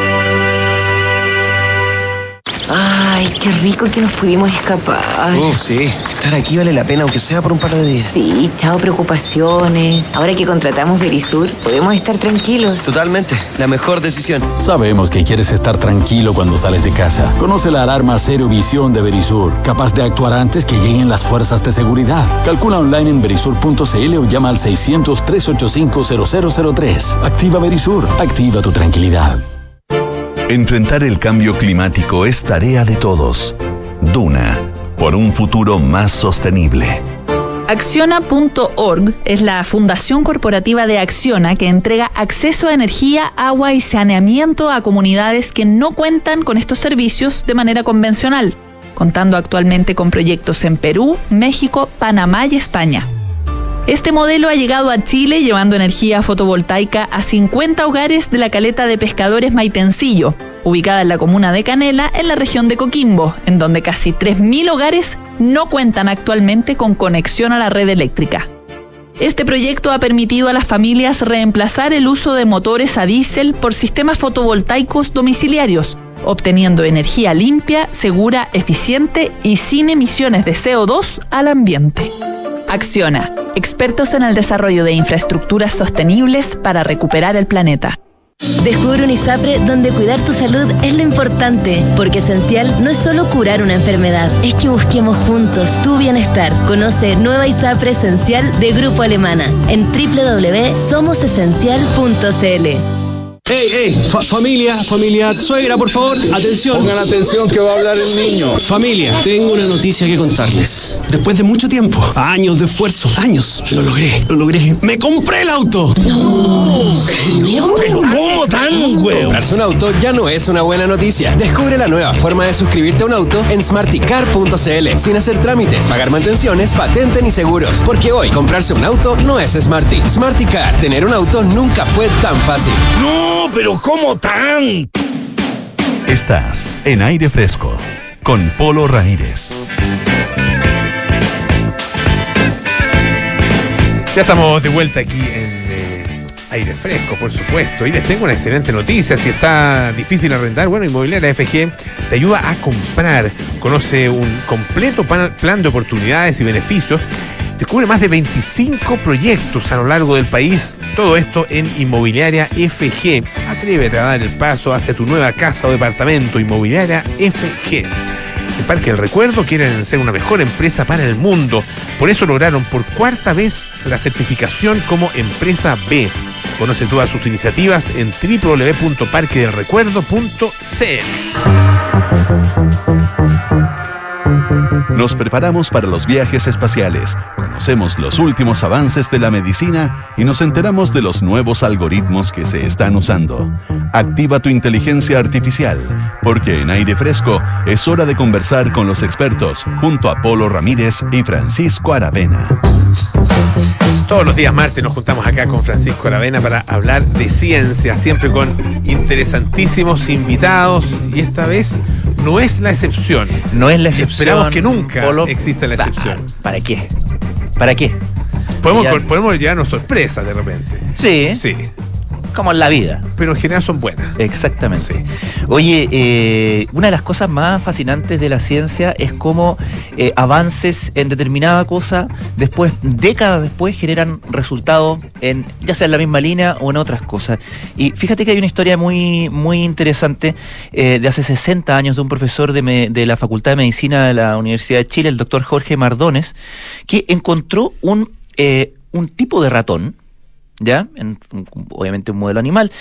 Ay, qué rico que nos pudimos escapar. Sí, estar aquí vale la pena, aunque sea por un par de días. Sí, chao preocupaciones. Ahora que contratamos Verisur, podemos estar tranquilos. Totalmente, la mejor decisión. Sabemos que quieres estar tranquilo cuando sales de casa. Conoce la alarma Cero Visión de Verisur, capaz de actuar antes que lleguen las fuerzas de seguridad. Calcula online en verisur.cl o llama al 600-385-0003. Activa Verisur, activa tu tranquilidad. Enfrentar el cambio climático es tarea de todos. Duna, por un futuro más sostenible. Acciona.org es la fundación corporativa de Acciona que entrega acceso a energía, agua y saneamiento a comunidades que no cuentan con estos servicios de manera convencional, contando actualmente con proyectos en Perú, México, Panamá y España. Este modelo ha llegado a Chile llevando energía fotovoltaica a 50 hogares de la caleta de pescadores Maitencillo, ubicada en la comuna de Canela, en la región de Coquimbo, en donde casi 3.000 hogares no cuentan actualmente con conexión a la red eléctrica. Este proyecto ha permitido a las familias reemplazar el uso de motores a diésel por sistemas fotovoltaicos domiciliarios, obteniendo energía limpia, segura, eficiente y sin emisiones de CO2 al ambiente. Acciona, expertos en el desarrollo de infraestructuras sostenibles para recuperar el planeta. Descubre un ISAPRE donde cuidar tu salud es lo importante, porque esencial no es solo curar una enfermedad, es que busquemos juntos tu bienestar. Conoce Nueva ISAPRE Esencial de Grupo Alemana en www.somosesencial.cl. ¡Ey! Familia, suegra, por favor, atención. Pongan atención que va a hablar el niño. Familia, tengo una noticia que contarles. Después de mucho tiempo, años de esfuerzo, lo logré. ¡Me compré el auto! ¡No! ¿Pero cómo tan, güey? Comprarse un auto ya no es una buena noticia. Descubre la nueva forma de suscribirte a un auto en smarticar.cl, sin hacer trámites, pagar mantenciones, patente ni seguros. Porque hoy comprarse un auto no es Smarty. Smarticar, tener un auto nunca fue tan fácil. ¡No! ¿Pero cómo tan? Estás en Aire Fresco con Polo Ramírez. Ya estamos de vuelta aquí en Aire Fresco, por supuesto. Y les tengo una excelente noticia. Si está difícil arrendar, bueno, Inmobiliaria FG te ayuda a comprar. Conoce un completo plan de oportunidades y beneficios. Descubre más de 25 proyectos a lo largo del país. Todo esto en Inmobiliaria FG. Atrévete a dar el paso hacia tu nueva casa o departamento. Inmobiliaria FG. El Parque del Recuerdo quieren ser una mejor empresa para el mundo. Por eso lograron por cuarta vez la certificación como Empresa B. Conoce todas sus iniciativas en www.parquedelrecuerdo.cl. Nos preparamos para los viajes espaciales, conocemos los últimos avances de la medicina y nos enteramos de los nuevos algoritmos que se están usando. Activa tu inteligencia artificial, porque en Aire Fresco es hora de conversar con los expertos junto a Polo Ramírez y Francisco Aravena. Todos los días martes nos juntamos acá con Francisco Aravena para hablar de ciencia, siempre con interesantísimos invitados, y esta vez no es la excepción. No es la excepción. Esperamos que nunca exista la excepción. ¿Para qué? Podemos llevarnos sorpresas de repente. Sí. Como en la vida. Pero en general son buenas. Exactamente. Sí. Oye, una de las cosas más fascinantes de la ciencia es cómo avances en determinada cosa, después, décadas después, generan resultados ya sea en la misma línea o en otras cosas. Y fíjate que hay una historia muy, muy interesante de hace 60 años de un profesor de la Facultad de Medicina de la Universidad de Chile, el doctor Jorge Mardones, que encontró un tipo de ratón, ¿ya? Obviamente un modelo animal,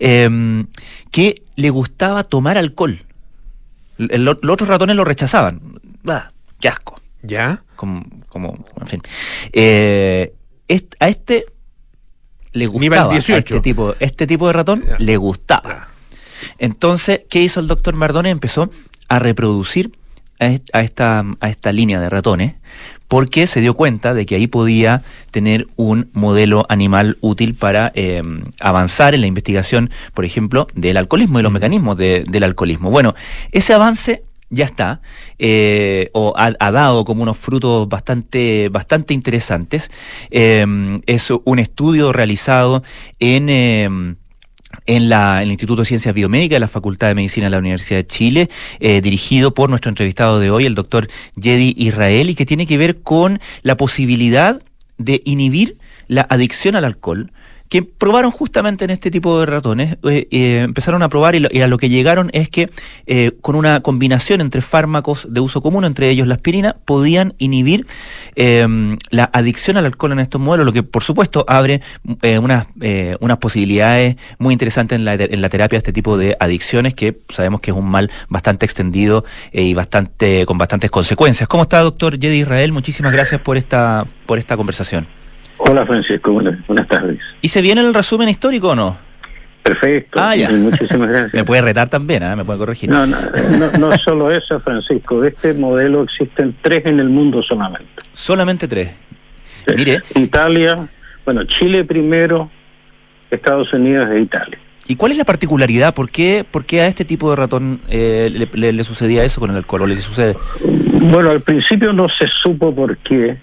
que le gustaba tomar alcohol. Los otros ratones lo rechazaban. ¡Qué asco! ¿Ya? Como en fin. A este le gustaba. 18. Este tipo de ratón le gustaba. Entonces, ¿qué hizo el doctor Mardones? Empezó a reproducir a esta línea de ratones, porque se dio cuenta de que ahí podía tener un modelo animal útil para avanzar en la investigación, por ejemplo, del alcoholismo y los mecanismos del alcoholismo. Bueno, ese avance ya está, o ha dado como unos frutos bastante interesantes. Es un estudio realizado en el Instituto de Ciencias Biomédicas de la Facultad de Medicina de la Universidad de Chile, dirigido por nuestro entrevistado de hoy, el doctor Yedi Israel, y que tiene que ver con la posibilidad de inhibir la adicción al alcohol, que probaron justamente en este tipo de ratones. Empezaron a probar y a lo que llegaron es que con una combinación entre fármacos de uso común, entre ellos la aspirina, podían inhibir la adicción al alcohol en estos modelos, lo que por supuesto abre unas posibilidades muy interesantes en la terapia de este tipo de adicciones, que sabemos que es un mal bastante extendido y con bastantes consecuencias. ¿Cómo está, doctor Yedi Israel? Muchísimas gracias por esta conversación. Hola, Francisco, buenas tardes. ¿Hice bien el resumen histórico o no? Perfecto, ya. Muchísimas gracias. Me puede retar también, me puede corregir. No solo eso, Francisco, de este modelo existen 3 en el mundo solamente. Solamente 3. Mire. Italia, Chile primero, Estados Unidos e Italia. ¿Y cuál es la particularidad? ¿Por qué a este tipo de ratón le sucedía eso con el alcohol? ¿O le sucede? Bueno, al principio no se supo por qué.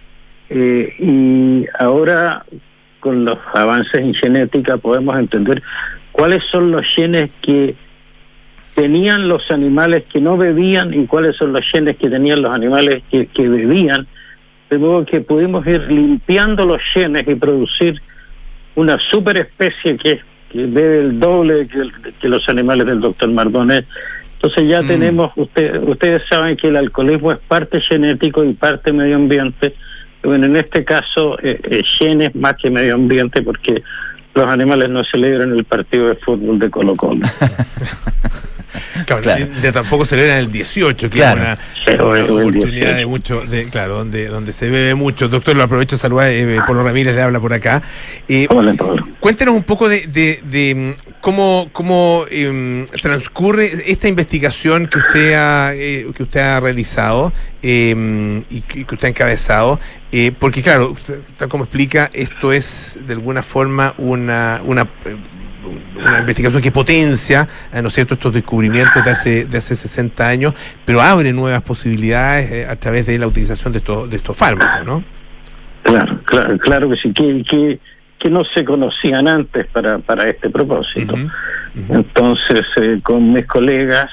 Y ahora, con los avances en genética, podemos entender cuáles son los genes que tenían los animales que no bebían y cuáles son los genes que tenían los animales que bebían. De modo que pudimos ir limpiando los genes y producir una superespecie que bebe el doble que los animales del doctor Mardones. Entonces ya tenemos, ustedes saben que el alcoholismo es parte genético y parte medio ambiente. Bueno, en este caso, genes más que medio ambiente, porque los animales no celebran el partido de fútbol de Colo-Colo. Claro. Tampoco celebran el 18, que claro, es una oportunidad de mucho, donde se bebe mucho. Doctor, lo aprovecho de saludar, Polo Ramírez le habla por acá. Cuéntenos un poco de cómo transcurre esta investigación que usted ha realizado y que usted ha encabezado, porque claro, tal como explica, esto es de alguna forma una investigación que potencia, ¿no es cierto?, estos descubrimientos de hace 60 años, pero abre nuevas posibilidades a través de la utilización de estos fármacos, ¿no? Claro que sí, que no se conocían antes para este propósito. Entonces, con mis colegas,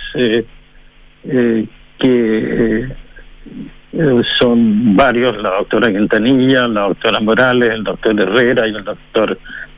que son varios, la doctora Quintanilla, la doctora Morales, el doctor Herrera y el doctor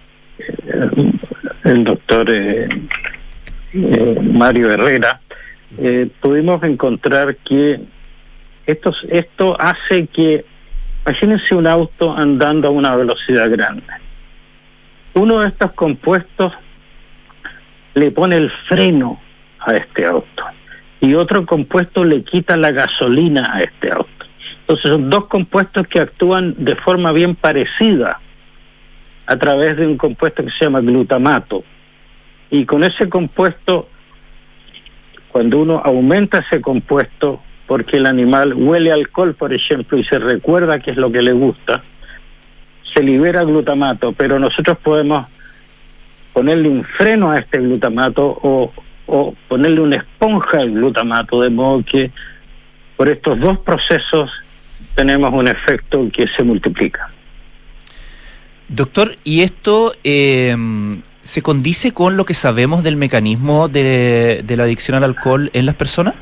Mario Herrera, pudimos encontrar que esto hace que, imagínense un auto andando a una velocidad grande. Uno de estos compuestos le pone el freno a este auto y otro compuesto le quita la gasolina a este auto. Entonces son dos compuestos que actúan de forma bien parecida a través de un compuesto que se llama glutamato. Y con ese compuesto, cuando uno aumenta ese compuesto, porque el animal huele alcohol, por ejemplo, y se recuerda qué es lo que le gusta, se libera glutamato, pero nosotros podemos ponerle un freno a este glutamato o ponerle una esponja al glutamato, de modo que por estos dos procesos tenemos un efecto que se multiplica. Doctor, ¿y esto se condice con lo que sabemos del mecanismo de la adicción al alcohol en las personas?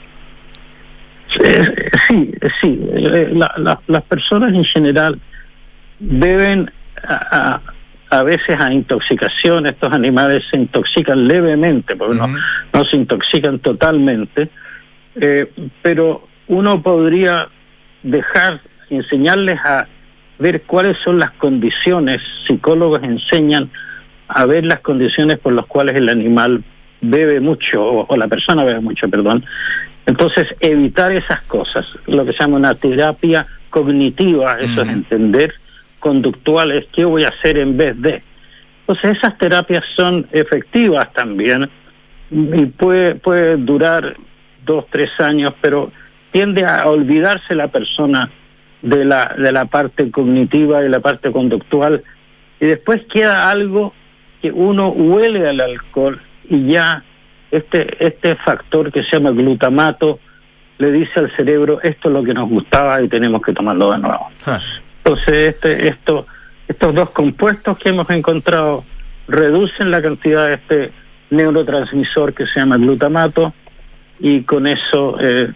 Sí. Las personas en general beben a veces a intoxicación. Estos animales se intoxican levemente, porque no se intoxican totalmente, pero uno podría enseñarles a ver cuáles son las condiciones. Psicólogos enseñan a ver las condiciones por las cuales el animal bebe mucho, o la persona bebe mucho, perdón. Entonces, evitar esas cosas, lo que se llama una terapia cognitiva, eso es entender conductuales, qué voy a hacer en vez de. Entonces, esas terapias son efectivas también, y puede durar 2-3 años, pero tiende a olvidarse la persona de la parte cognitiva y la parte conductual, y después queda algo que uno huele al alcohol y ya este factor que se llama glutamato le dice al cerebro, esto es lo que nos gustaba y tenemos que tomarlo de nuevo. Entonces estos dos compuestos que hemos encontrado reducen la cantidad de este neurotransmisor que se llama glutamato, y con eso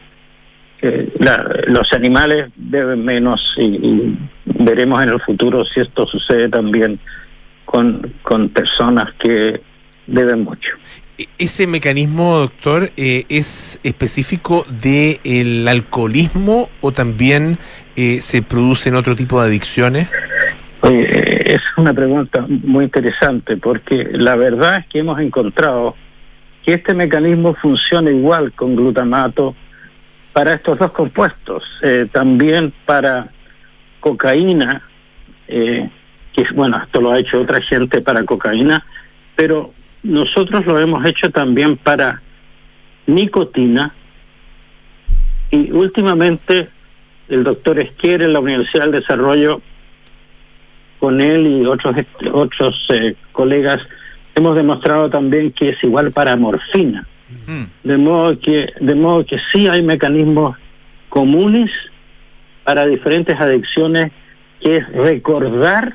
los animales beben menos, y veremos en el futuro si esto sucede también con personas que beben mucho. ¿Ese mecanismo, doctor, es específico del alcoholismo o también se produce en otro tipo de adicciones? Es una pregunta muy interesante, porque la verdad es que hemos encontrado que este mecanismo funciona igual con glutamato para estos dos compuestos, también para cocaína, que bueno, esto lo ha hecho otra gente para cocaína, pero nosotros lo hemos hecho también para nicotina, y últimamente el doctor Esquer en la Universidad del Desarrollo, con él y otros colegas, hemos demostrado también que es igual para morfina. De modo que sí hay mecanismos comunes para diferentes adicciones, que es recordar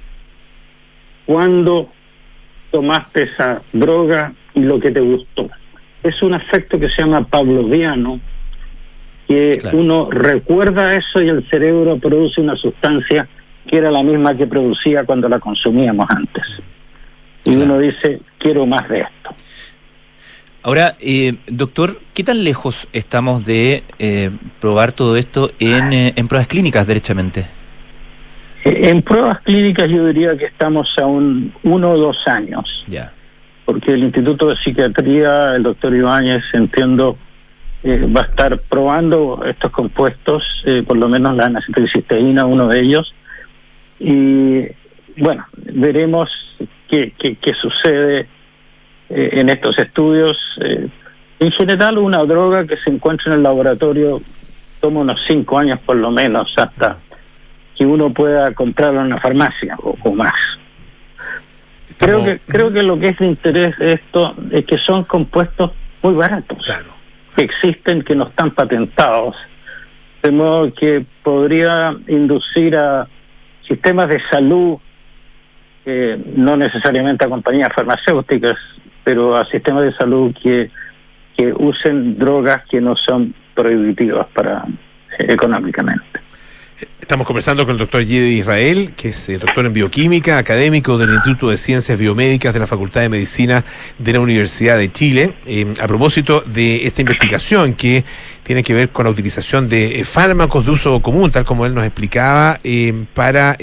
cuando tomaste esa droga y lo que te gustó. Es un efecto que se llama pavloviano, que uno recuerda eso y el cerebro produce una sustancia que era la misma que producía cuando la consumíamos antes. Y uno dice, quiero más de esto. Ahora, doctor, ¿qué tan lejos estamos de probar todo esto en pruebas clínicas, derechamente? En pruebas clínicas yo diría que estamos a 1 o 2 años. Ya. Porque el Instituto de Psiquiatría, el doctor Ibáñez, entiendo, va a estar probando estos compuestos, por lo menos la N-acetilcisteína, uno de ellos. Y bueno, veremos qué sucede en estos estudios. En general, una droga que se encuentra en el laboratorio toma unos 5 años por lo menos hasta que uno pueda comprarlo en una farmacia o más. Creo que lo que es de interés de esto es que son compuestos muy baratos, que existen, que no están patentados, de modo que podría inducir a sistemas de salud, no necesariamente a compañías farmacéuticas, pero a sistemas de salud que usen drogas que no son prohibitivas económicamente. Estamos conversando con el doctor Yedi Israel, que es doctor en bioquímica, académico del Instituto de Ciencias Biomédicas de la Facultad de Medicina de la Universidad de Chile, a propósito de esta investigación que tiene que ver con la utilización de fármacos de uso común, tal como él nos explicaba, para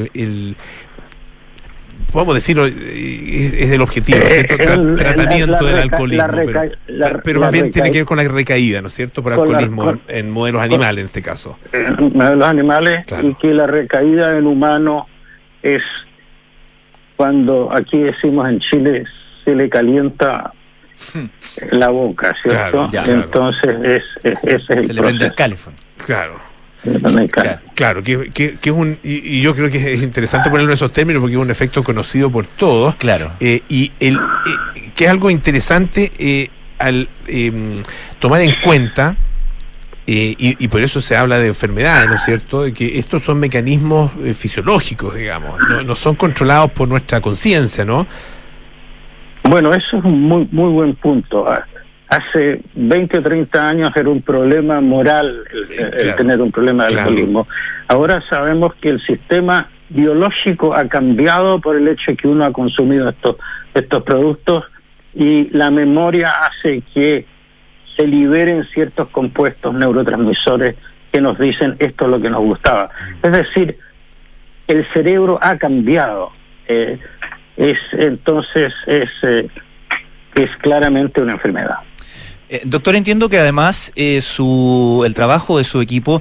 podemos decirlo, es el objetivo, ¿no es cierto? Tratamiento del alcoholismo, pero más bien tiene que ver con la recaída, ¿no es cierto? Por alcoholismo en modelos animales, en este caso. Modelos animales, y que la recaída en humano es cuando, aquí decimos en Chile, se le calienta la boca, ¿cierto? Entonces ese es el proceso. Se le prende el calefón. Claro, que es un, y yo creo que es interesante ponerlo en esos términos porque es un efecto conocido por todos. Que es algo interesante al tomar en cuenta, y por eso se habla de enfermedades, ¿no es cierto? De que estos son mecanismos fisiológicos, digamos, no son controlados por nuestra conciencia, ¿no? Bueno, eso es un muy buen punto. Hace 20 o 30 años era un problema moral el tener un problema de alcoholismo. Ahora sabemos que el sistema biológico ha cambiado por el hecho de que uno ha consumido estos productos, y la memoria hace que se liberen ciertos compuestos neurotransmisores que nos dicen esto es lo que nos gustaba. Es decir, el cerebro ha cambiado. Entonces es claramente una enfermedad. Doctor, entiendo que además el trabajo de su equipo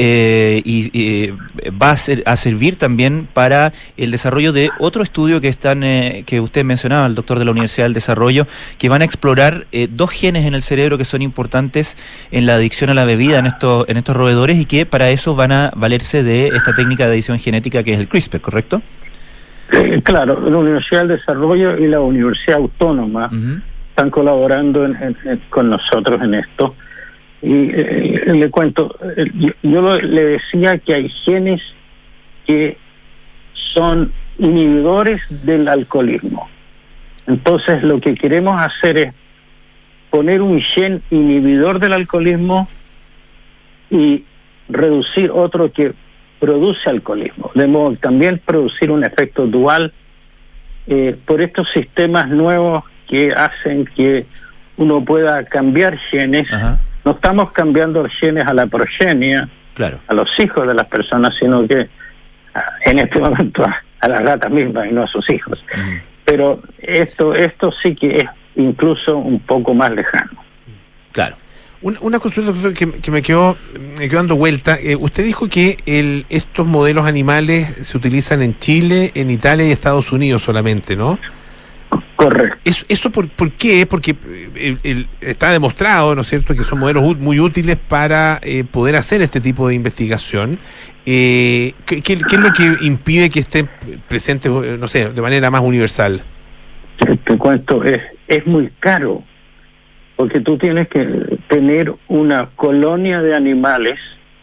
va a servir también para el desarrollo de otro estudio que usted mencionaba, el doctor de la Universidad del Desarrollo, que van a explorar 2 genes en el cerebro que son importantes en la adicción a la bebida en estos roedores, y que para eso van a valerse de esta técnica de edición genética que es el CRISPR, ¿correcto? Claro, la Universidad del Desarrollo y la Universidad Autónoma están colaborando con nosotros en esto. Y le cuento, yo le decía que hay genes que son inhibidores del alcoholismo. Entonces lo que queremos hacer es poner un gen inhibidor del alcoholismo y reducir otro que produce alcoholismo, de modo también producir un efecto dual por estos sistemas nuevos que hacen que uno pueda cambiar genes. No estamos cambiando genes a la progenie, a los hijos de las personas, sino que en este momento a las ratas mismas y no a sus hijos. Pero esto sí que es incluso un poco más lejano. Una consulta que me quedó dando vuelta. Usted dijo que estos modelos animales se utilizan en Chile, en Italia y Estados Unidos solamente, ¿no? Correcto. ¿Eso por qué? Porque está demostrado, ¿no es cierto?, que son modelos muy útiles para poder hacer este tipo de investigación. ¿Qué es lo que impide que estén presentes, no sé, de manera más universal? te cuento, es muy caro, porque tú tienes que tener una colonia de animales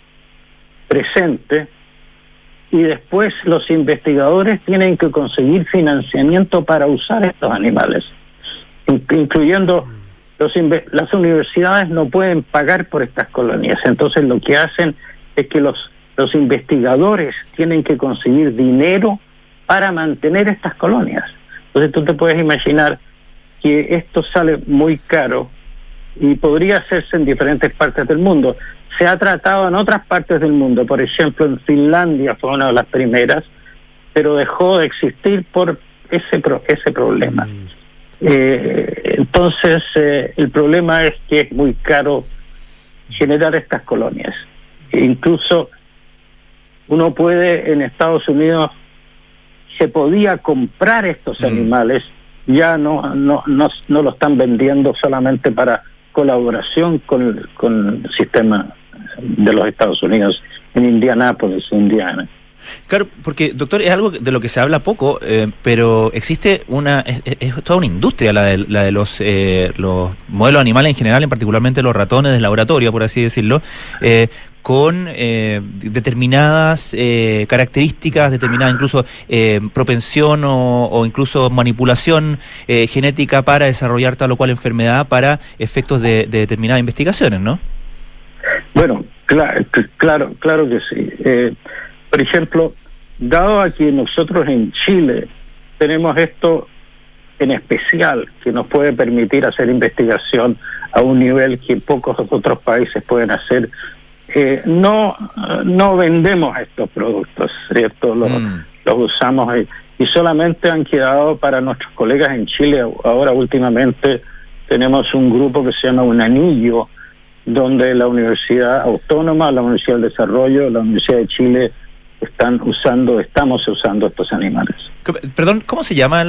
presente y después los investigadores tienen que conseguir financiamiento para usar estos animales, incluyendo las universidades no pueden pagar por estas colonias. Entonces lo que hacen es que los investigadores tienen que conseguir dinero para mantener estas colonias. Entonces tú te puedes imaginar que esto sale muy caro y podría hacerse en diferentes partes del mundo. Se ha tratado en otras partes del mundo, por ejemplo en Finlandia fue una de las primeras, pero dejó de existir por ese problema. Entonces el problema es que es muy caro generar estas colonias. Incluso uno puede, en Estados Unidos se podía comprar estos animales, ya no lo están vendiendo solamente para colaboración con el sistema de los Estados Unidos en Indianápolis, Indiana. Claro, porque, doctor, es algo de lo que se habla poco, pero existe es toda una industria la de los modelos animales en general, en particularmente los ratones de laboratorio, por así decirlo, con determinadas características, determinada incluso propensión o incluso manipulación genética para desarrollar tal o cual enfermedad para efectos de determinadas investigaciones, ¿no? Bueno, claro que sí. Por ejemplo, dado a que nosotros en Chile tenemos esto en especial, que nos puede permitir hacer investigación a un nivel que pocos otros países pueden hacer, no vendemos estos productos, ¿cierto? Los usamos y solamente han quedado para nuestros colegas en Chile. Ahora últimamente tenemos un grupo que se llama Un Anillo, donde la Universidad Autónoma, la Universidad del Desarrollo, la Universidad de Chile estamos usando estos animales. Perdón, ¿cómo se llama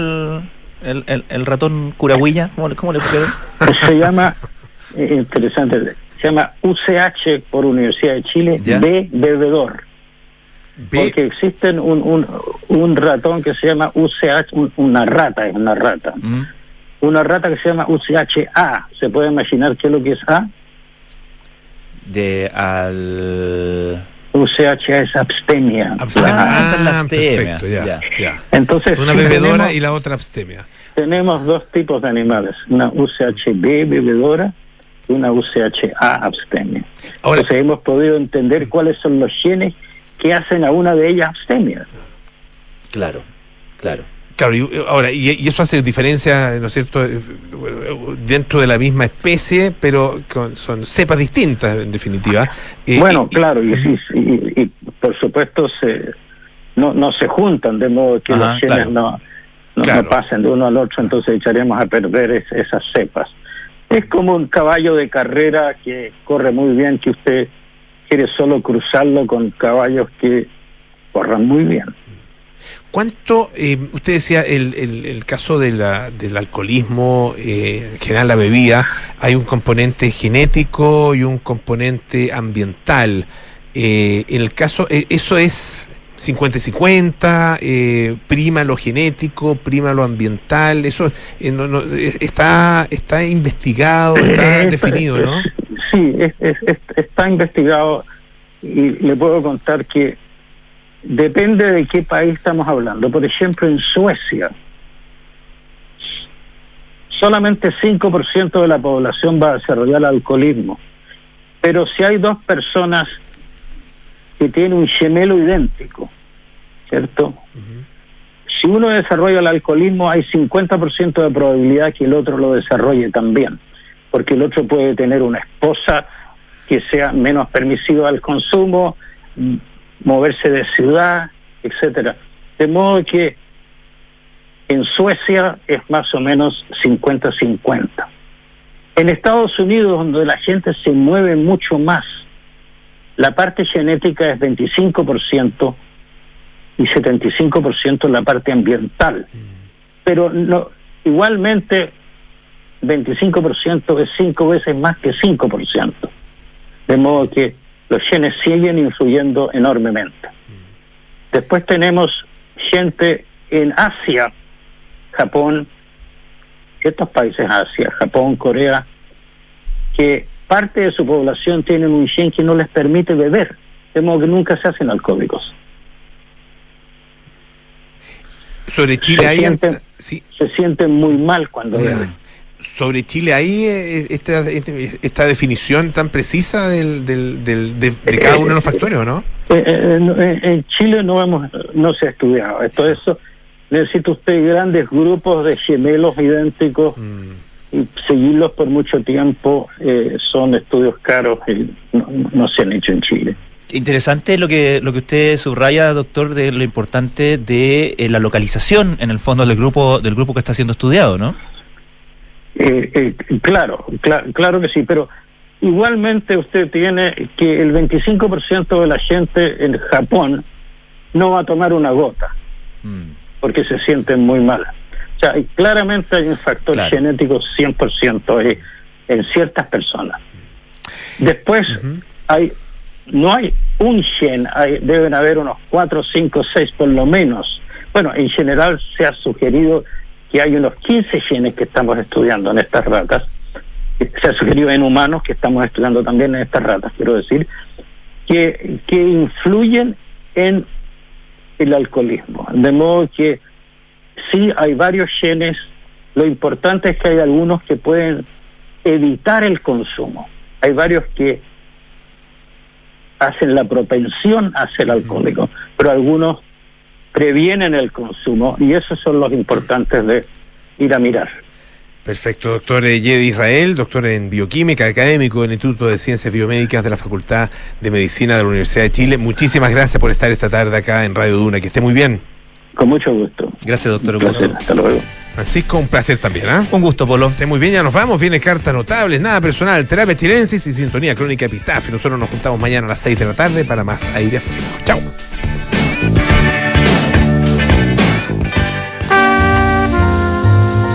el ratón curahuilla? ¿Cómo le pusieron? Se llama, interesante, se llama UCH por Universidad de Chile, B bebedor. Porque existen un ratón que se llama UCH, una rata. Una rata que se llama UCH-A. ¿Se puede imaginar qué es lo que es A? UCH es abstemia. Esa es la abstemia. Perfecto, ya. Entonces, una bebedora y la otra abstemia. Tenemos dos tipos de animales, una UCH-B bebedora y una UCH-A abstemia. Ahora, entonces hemos podido entender cuáles son los genes que hacen a una de ellas abstemia. Claro. Claro, y eso hace diferencia, ¿no es cierto?, dentro de la misma especie, pero son cepas distintas, en definitiva. Claro, y por supuesto no se juntan, de modo que los genes no pasen de uno al otro, entonces echaremos a perder esas cepas. Es como un caballo de carrera que corre muy bien, que usted quiere solo cruzarlo con caballos que corran muy bien. ¿Cuánto, usted decía, el caso del alcoholismo, en general la bebida, hay un componente genético y un componente ambiental? En el caso, ¿eso es 50-50? ¿Prima lo genético, prima lo ambiental? ¿Eso está investigado, está definido, no? Sí, está investigado y le puedo contar que depende de qué país estamos hablando. Por ejemplo, en Suecia, solamente 5% de la población va a desarrollar alcoholismo. Pero si hay dos personas que tienen un gemelo idéntico, ¿cierto? Si uno desarrolla el alcoholismo, hay 50% de probabilidad que el otro lo desarrolle también, porque el otro puede tener una esposa que sea menos permisiva al consumo, moverse de ciudad, etcétera. De modo que en Suecia es más o menos 50-50. En Estados Unidos, donde la gente se mueve mucho más, la parte genética es 25% y 75% la parte ambiental. Pero igualmente 25% es 5 veces más que 5%. De modo que los genes siguen influyendo enormemente. Después tenemos gente en Asia, Japón, estos países, Asia, Japón, Corea, que parte de su población tienen un gen que no les permite beber, de modo que nunca se hacen alcohólicos. Sobre Chile se sienten muy mal cuando beben. Sobre Chile hay esta definición tan precisa de cada uno de los factores, ¿o no? En Chile no se ha estudiado eso. Necesita usted grandes grupos de gemelos idénticos y seguirlos por mucho tiempo. Son estudios caros y no se han hecho en Chile. Interesante lo que usted subraya, doctor, de lo importante de la localización, en el fondo, del grupo que está siendo estudiado, ¿no? Claro que sí, pero igualmente usted tiene que el 25% de la gente en Japón no va a tomar una gota porque se sienten muy mal. O sea, claramente hay un factor genético 100% en ciertas personas. Después no hay un gen, deben haber unos 4, 5, 6 por lo menos. Bueno, en general se ha sugerido que hay unos 15 genes que estamos estudiando en estas ratas. Se ha sugerido en humanos, que estamos estudiando también en estas ratas, quiero decir, que influyen en el alcoholismo. De modo que sí hay varios genes. Lo importante es que hay algunos que pueden evitar el consumo. Hay varios que hacen la propensión a ser alcohólico, pero algunos previenen el consumo, y esos son los importantes de ir a mirar. Perfecto, doctor Yedi Israel, doctor en bioquímica, académico del Instituto de Ciencias Biomédicas de la Facultad de Medicina de la Universidad de Chile. Muchísimas gracias por estar esta tarde acá en Radio Duna, que esté muy bien. Con mucho gusto. Gracias, doctor. Un placer, hasta luego. Francisco, un placer también, ¿eh? Un gusto, Polo. Esté muy bien, ya nos vamos. Viene Cartas Notables, Nada Personal, Terapia Chilensis y Sintonía Crónica Epitafio. Nosotros nos juntamos mañana a las 6 de la tarde para más Aire Fresco. Chao.